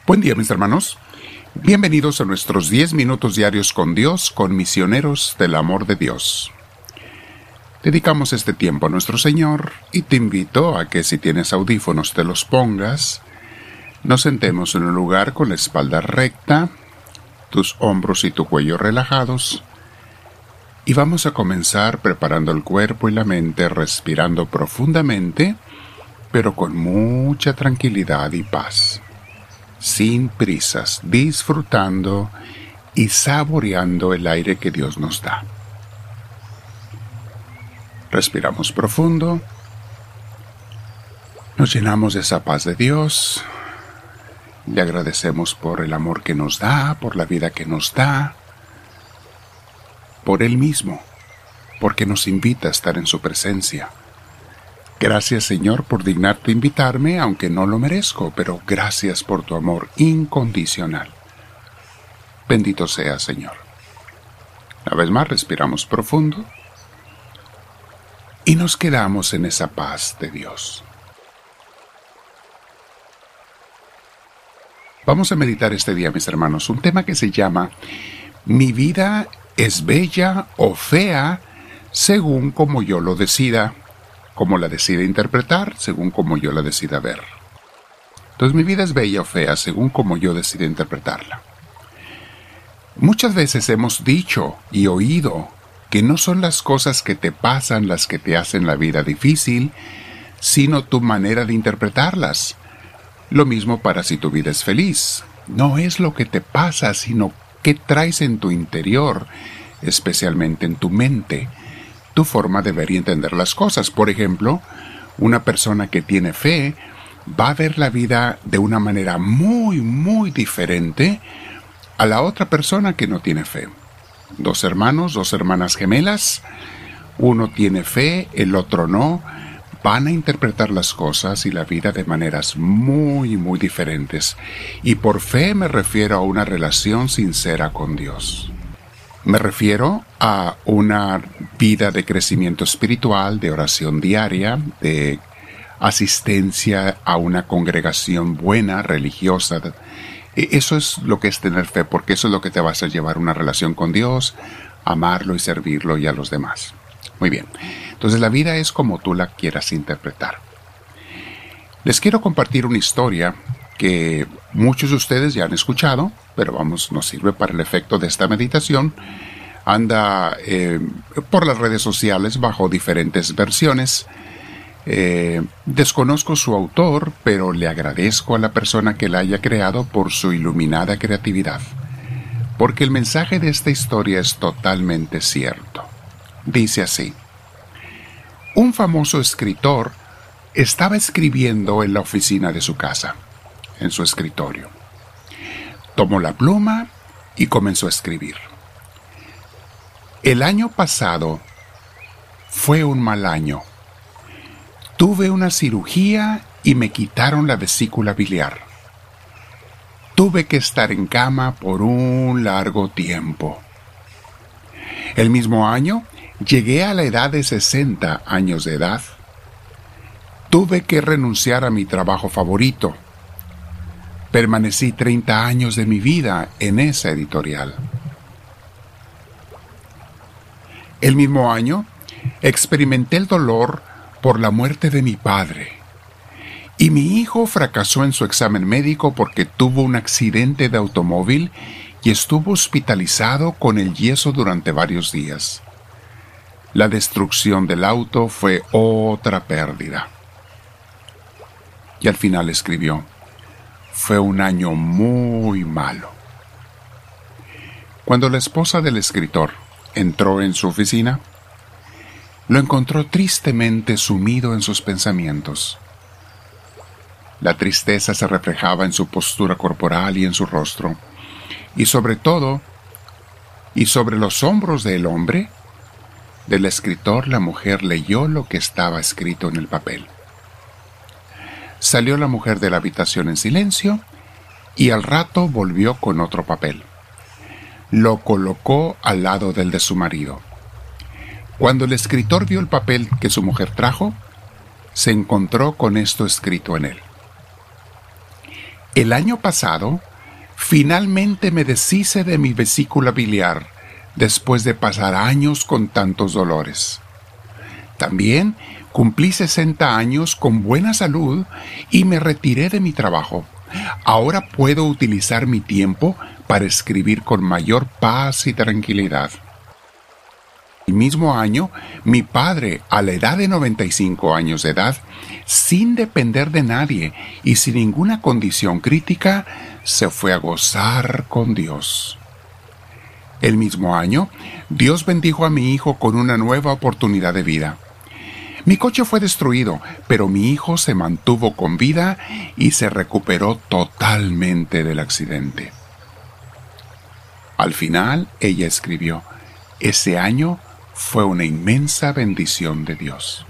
Buen día, mis hermanos. Bienvenidos a nuestros 10 minutos diarios con Dios, con misioneros del amor de Dios. Dedicamos este tiempo a nuestro Señor y te invito a que si tienes audífonos te los pongas, nos sentemos en un lugar con la espalda recta, tus hombros y tu cuello relajados, y vamos a comenzar preparando el cuerpo y la mente, respirando profundamente, pero con mucha tranquilidad y paz. Sin prisas, disfrutando y saboreando el aire que Dios nos da. Respiramos profundo, nos llenamos de esa paz de Dios, le agradecemos por el amor que nos da, por la vida que nos da, por Él mismo, porque nos invita a estar en su presencia. Gracias, Señor, por dignarte invitarme, aunque no lo merezco, pero gracias por tu amor incondicional. Bendito sea, Señor. Una vez más, respiramos profundo y nos quedamos en esa paz de Dios. Vamos a meditar este día, mis hermanos, un tema que se llama Mi vida es bella o fea según como yo lo decida. Como la decida interpretar, según como yo la decida ver. Entonces, mi vida es bella o fea, según como yo decida interpretarla. Muchas veces hemos dicho y oído que no son las cosas que te pasan las que te hacen la vida difícil, sino tu manera de interpretarlas. Lo mismo para si tu vida es feliz. No es lo que te pasa, sino qué traes en tu interior, especialmente en tu mente. Tu forma de ver y entender las cosas. Por ejemplo, una persona que tiene fe va a ver la vida de una manera muy diferente a la otra persona que no tiene fe. Dos hermanos, dos hermanas gemelas, uno tiene fe, el otro no, van a interpretar las cosas y la vida de maneras muy diferentes. Y por fe me refiero a una relación sincera con Dios. Me refiero a una vida de crecimiento espiritual, de oración diaria, de asistencia a una congregación buena, religiosa. Eso es lo que es tener fe, porque eso es lo que te va a hacer llevar una relación con Dios, amarlo y servirlo y a los demás. Muy bien. Entonces la vida es como tú la quieras interpretar. Les quiero compartir una historia que muchos de ustedes ya han escuchado, pero nos sirve para el efecto de esta meditación. Anda por las redes sociales bajo diferentes versiones. Desconozco su autor, pero le agradezco a la persona que la haya creado por su iluminada creatividad, porque el mensaje de esta historia es totalmente cierto. Dice así: un famoso escritor estaba escribiendo en la oficina de su casa, en su escritorio. Tomó la pluma y comenzó a escribir. El año pasado fue un mal año. Tuve una cirugía y me quitaron la vesícula biliar. Tuve que estar en cama por un largo tiempo. El mismo año llegué a la edad de 60 años de edad. Tuve que renunciar a mi trabajo favorito. Permanecí 30 años de mi vida en esa editorial. El mismo año, experimenté el dolor por la muerte de mi padre. Y mi hijo fracasó en su examen médico porque tuvo un accidente de automóvil y estuvo hospitalizado con el yeso durante varios días. La destrucción del auto fue otra pérdida. Y al final escribió: fue un año muy malo. Cuando la esposa del escritor entró en su oficina, lo encontró tristemente sumido en sus pensamientos. La tristeza se reflejaba en su postura corporal y en su rostro, y sobre todo, y sobre los hombros del hombre, del escritor, la mujer leyó lo que estaba escrito en el papel. Salió la mujer de la habitación en silencio y al rato volvió con otro papel. Lo colocó al lado del de su marido. Cuando el escritor vio el papel que su mujer trajo, se encontró con esto escrito en él: El año pasado, finalmente me deshice de mi vesícula biliar después de pasar años con tantos dolores. También cumplí 60 años con buena salud y me retiré de mi trabajo. Ahora puedo utilizar mi tiempo para escribir con mayor paz y tranquilidad. El mismo año, mi padre, a la edad de 95 años de edad, sin depender de nadie y sin ninguna condición crítica, se fue a gozar con Dios. El mismo año, Dios bendijo a mi hijo con una nueva oportunidad de vida. Mi coche fue destruido, pero mi hijo se mantuvo con vida y se recuperó totalmente del accidente. Al final, ella escribió, ese año fue una inmensa bendición de Dios.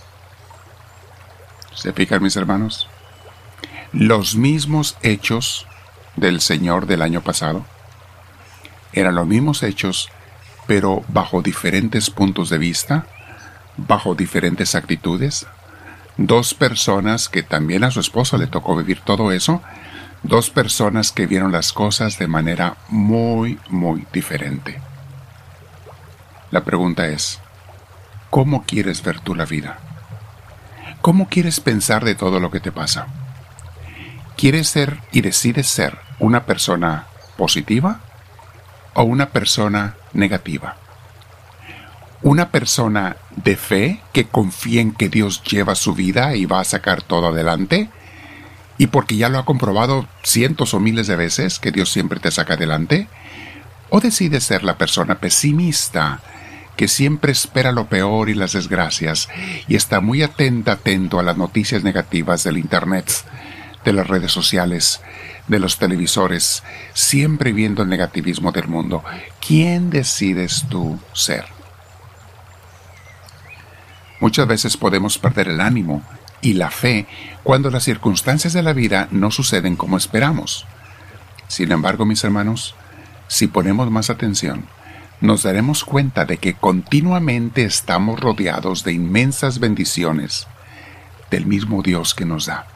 ¿Se fijan, mis hermanos? Los mismos hechos del Señor del año pasado eran los mismos hechos, pero bajo diferentes puntos de vista, bajo diferentes actitudes. Dos personas que también a su esposo le tocó vivir todo eso, dos personas que vieron las cosas de manera muy, muy diferente. La pregunta es, ¿cómo quieres ver tú la vida? ¿Cómo quieres pensar de todo lo que te pasa? ¿Quieres ser y decides ser una persona positiva o una persona negativa? ¿Una persona de fe que confía en que Dios lleva su vida y va a sacar todo adelante? Y porque ya lo ha comprobado cientos o miles de veces que Dios siempre te saca adelante. ¿O decides ser la persona pesimista que siempre espera lo peor y las desgracias y está muy atento a las noticias negativas del internet, de las redes sociales, de los televisores, siempre viendo el negativismo del mundo? ¿Quién decides tú ser? Muchas veces podemos perder el ánimo y la fe cuando las circunstancias de la vida no suceden como esperamos. Sin embargo, mis hermanos, si ponemos más atención, nos daremos cuenta de que continuamente estamos rodeados de inmensas bendiciones del mismo Dios que nos da.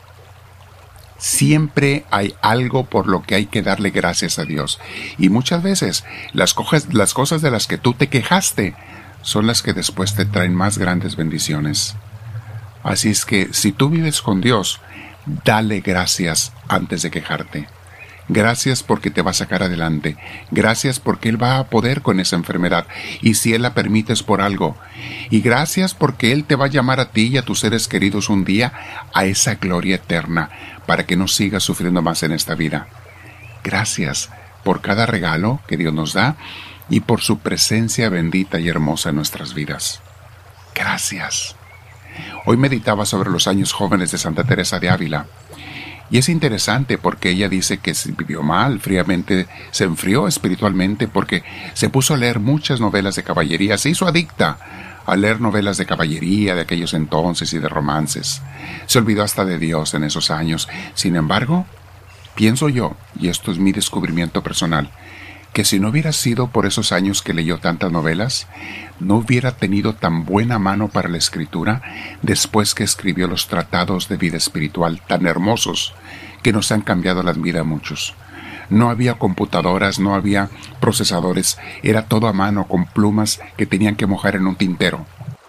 Siempre hay algo por lo que hay que darle gracias a Dios. Y muchas veces las cosas de las que tú te quejaste son las que después te traen más grandes bendiciones. Así es que si tú vives con Dios, dale gracias antes de quejarte. Gracias porque te va a sacar adelante. Gracias porque Él va a poder con esa enfermedad. Y si Él la permite es por algo. Y gracias porque Él te va a llamar a ti y a tus seres queridos un día a esa gloria eterna para que no sigas sufriendo más en esta vida. Gracias por cada regalo que Dios nos da y por su presencia bendita y hermosa en nuestras vidas. Gracias. Hoy meditaba sobre los años jóvenes de Santa Teresa de Ávila. Y es interesante porque ella dice que se vivió mal, fríamente, se enfrió espiritualmente porque se puso a leer muchas novelas de caballería, se hizo adicta a leer novelas de caballería de aquellos entonces y de romances. Se olvidó hasta de Dios en esos años. Sin embargo, pienso yo, y esto es mi descubrimiento personal, que si no hubiera sido por esos años que leyó tantas novelas, no hubiera tenido tan buena mano para la escritura después que escribió los tratados de vida espiritual tan hermosos que nos han cambiado la vida a muchos. No había computadoras, no había procesadores, era todo a mano con plumas que tenían que mojar en un tintero.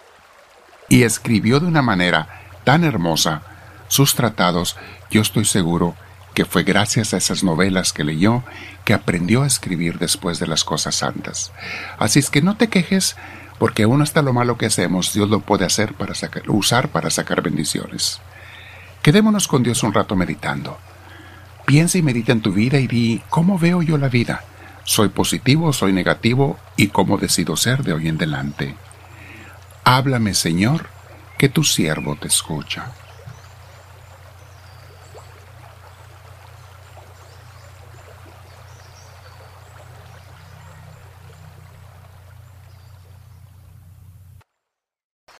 Y escribió de una manera tan hermosa sus tratados, yo estoy seguro que fue gracias a esas novelas que leyó que aprendió a escribir después de las cosas santas. Así es que no te quejes, porque aún hasta lo malo que hacemos, Dios lo puede hacer usar para sacar bendiciones. Quedémonos con Dios un rato meditando. Piensa y medita en tu vida y di, ¿cómo veo yo la vida? ¿Soy positivo, soy negativo? ¿Y cómo decido ser de hoy en adelante? Háblame, Señor, que tu siervo te escucha.